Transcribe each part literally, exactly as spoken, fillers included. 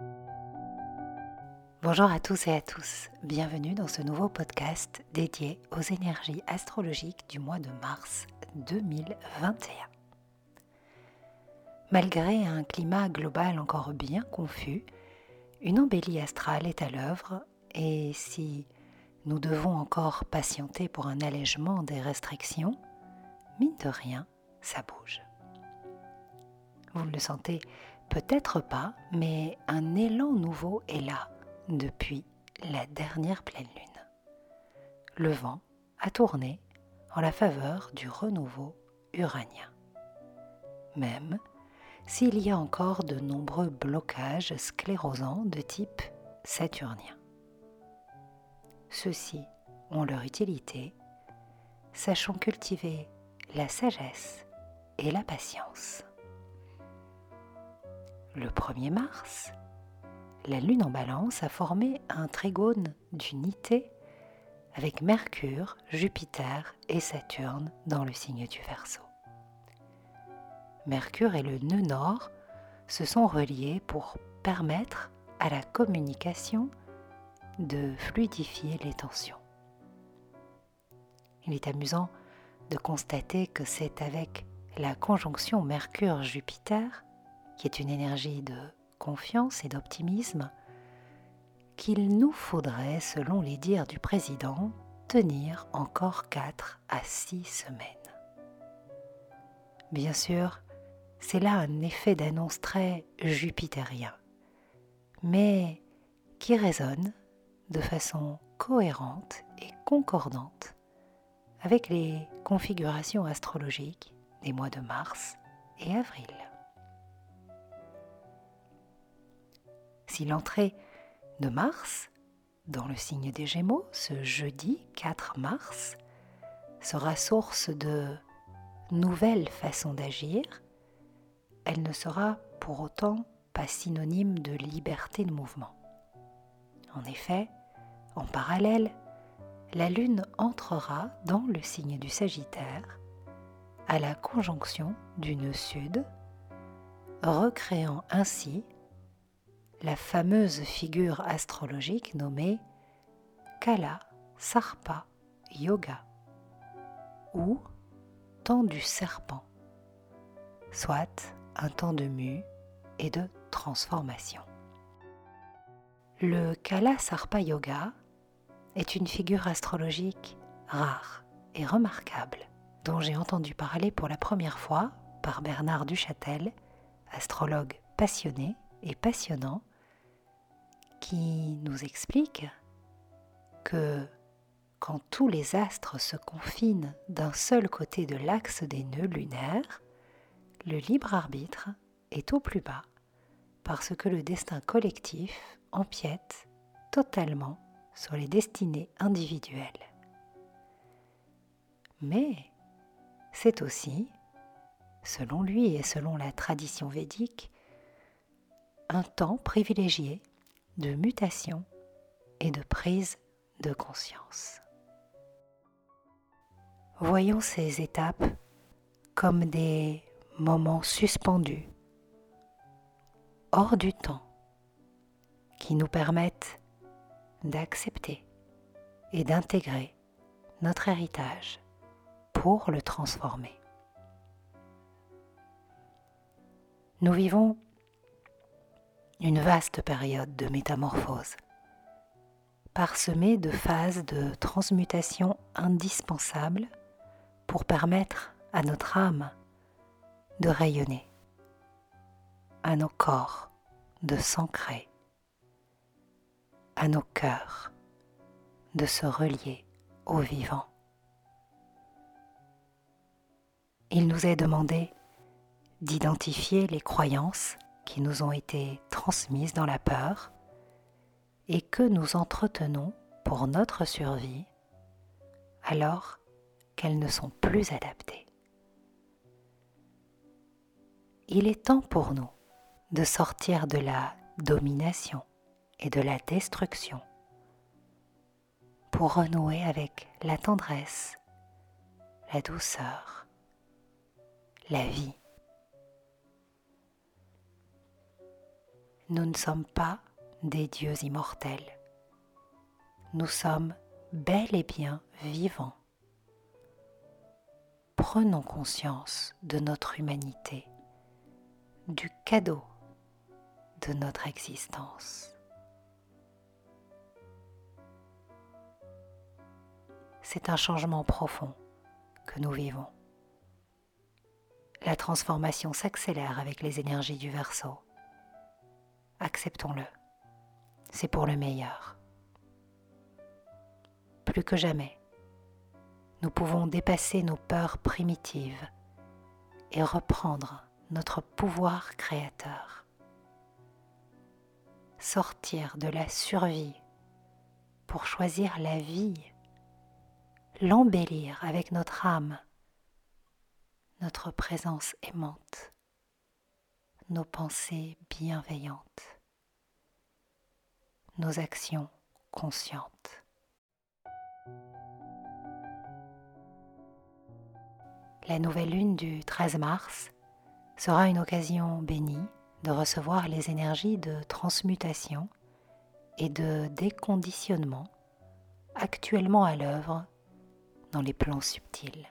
Bonjour à tous et à tous, bienvenue dans ce nouveau podcast dédié aux énergies astrologiques du mois de mars deux mille vingt et un. Malgré un climat global encore bien confus, une embellie astrale est à l'œuvre et si nous devons encore patienter pour un allègement des restrictions, mine de rien, ça bouge. Vous ne le sentez peut-être pas, mais un élan nouveau est là depuis la dernière pleine lune. Le vent a tourné en la faveur du renouveau uranien. Même s'il y a encore de nombreux blocages sclérosants de type saturnien. Ceux-ci ont leur utilité, sachons cultiver la sagesse et la patience. Le premier mars, la lune en balance a formé un trigone d'unité avec Mercure, Jupiter et Saturne dans le signe du Verseau. Mercure et le nœud nord se sont reliés pour permettre à la communication de fluidifier les tensions. Il est amusant de constater que c'est avec la conjonction Mercure-Jupiter, qui est une énergie de confiance et d'optimisme, qu'il nous faudrait, selon les dires du président, tenir encore quatre à six semaines. Bien sûr, c'est là un effet d'annonce très jupitérien, mais qui résonne de façon cohérente et concordante avec les configurations astrologiques des mois de mars et avril. Si l'entrée de Mars dans le signe des Gémeaux, ce jeudi quatre mars, sera source de nouvelles façons d'agir, elle ne sera pour autant pas synonyme de liberté de mouvement. En effet, en parallèle, la Lune entrera dans le signe du Sagittaire à la conjonction du nœud sud, recréant ainsi la fameuse figure astrologique nommée Kala Sarpa Yoga ou temps du serpent, soit un temps de mue et de transformation. Le Kala Sarpa Yoga est une figure astrologique rare et remarquable dont j'ai entendu parler pour la première fois par Bernard Duchâtel, astrologue passionné et passionnant, qui nous explique que quand tous les astres se confinent d'un seul côté de l'axe des nœuds lunaires, le libre arbitre est au plus bas parce que le destin collectif empiète totalement sur les destinées individuelles. Mais c'est aussi, selon lui et selon la tradition védique, un temps privilégié de mutation et de prise de conscience. Voyons ces étapes comme des moments suspendus, hors du temps, qui nous permettent d'accepter et d'intégrer notre héritage pour le transformer. Nous vivons une vaste période de métamorphose, parsemée de phases de transmutation indispensables pour permettre à notre âme de rayonner, à nos corps de s'ancrer, à nos cœurs de se relier au vivant. Il nous est demandé d'identifier les croyances qui nous ont été transmises dans la peur et que nous entretenons pour notre survie alors qu'elles ne sont plus adaptées. Il est temps pour nous de sortir de la domination et de la destruction pour renouer avec la tendresse, la douceur, la vie. nous ne sommes pas des dieux immortels. Nous sommes bel et bien vivants. Prenons conscience de notre humanité, du cadeau de notre existence. C'est un changement profond que nous vivons. La transformation s'accélère avec les énergies du Verseau. Acceptons-le, c'est pour le meilleur. Plus que jamais, nous pouvons dépasser nos peurs primitives et reprendre notre pouvoir créateur. Sortir de la survie pour choisir la vie, l'embellir avec notre âme, notre présence aimante, nos pensées bienveillantes, nos actions conscientes. La nouvelle lune du treize mars sera une occasion bénie de recevoir les énergies de transmutation et de déconditionnement actuellement à l'œuvre dans les plans subtils.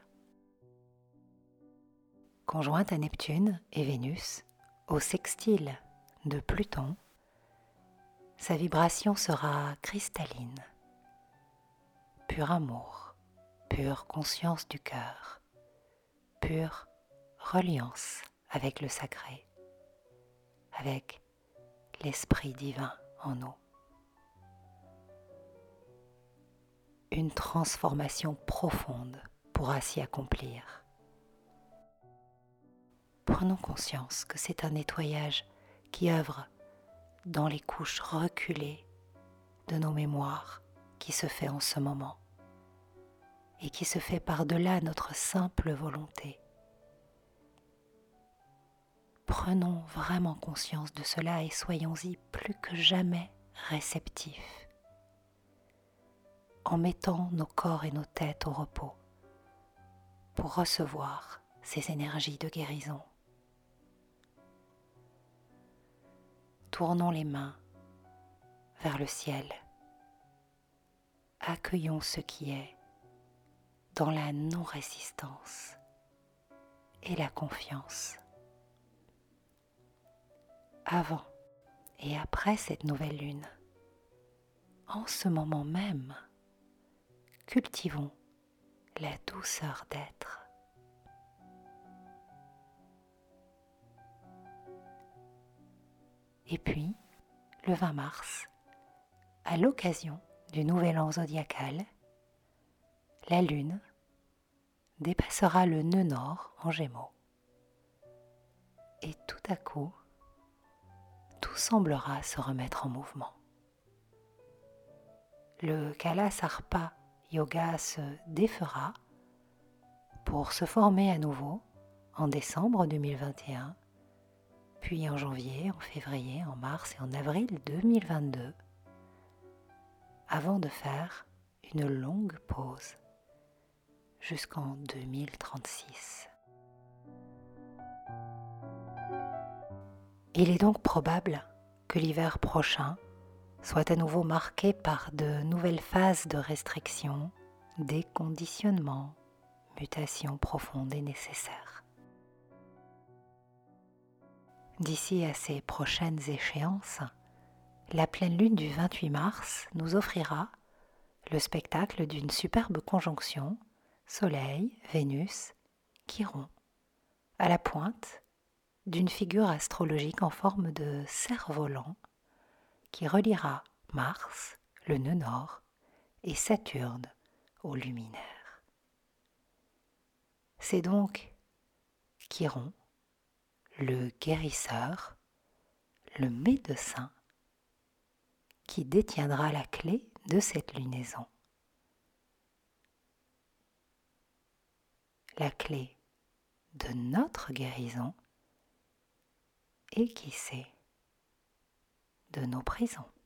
Conjointe à Neptune et Vénus, au sextile de Pluton, sa vibration sera cristalline, pur amour, pure conscience du cœur, pure reliance avec le sacré, avec l'esprit divin en nous. Une transformation profonde pourra s'y accomplir. Prenons conscience que c'est un nettoyage qui œuvre dans les couches reculées de nos mémoires qui se fait en ce moment et qui se fait par-delà notre simple volonté. Prenons vraiment conscience de cela et soyons-y plus que jamais réceptifs, en mettant nos corps et nos têtes au repos pour recevoir ces énergies de guérison. Tournons les mains vers le ciel. Accueillons ce qui est dans la non-résistance et la confiance. Avant et après cette nouvelle lune, en ce moment même, cultivons la douceur d'être. Et puis, le vingt mars, à l'occasion du nouvel an zodiacal, la lune dépassera le nœud nord en Gémeaux. Et tout à coup, tout semblera se remettre en mouvement. Le Kalasarpa Yoga se défera pour se former à nouveau en décembre deux mille vingt et un, puis en janvier, en février, en mars et en avril deux mille vingt-deux, avant de faire une longue pause jusqu'en deux mille trente-six. Il est donc probable que l'hiver prochain soit à nouveau marqué par de nouvelles phases de restriction, déconditionnement, mutation profonde et nécessaire. D'ici à ces prochaines échéances, la pleine lune du vingt-huit mars nous offrira le spectacle d'une superbe conjonction Soleil, Vénus, Chiron, à la pointe d'une figure astrologique en forme de cerf-volant qui reliera Mars, le nœud nord, et Saturne au luminaire. C'est donc Chiron, le guérisseur, le médecin, qui détiendra la clé de cette lunaison. La clé de notre guérison et qui sait, de nos prisons.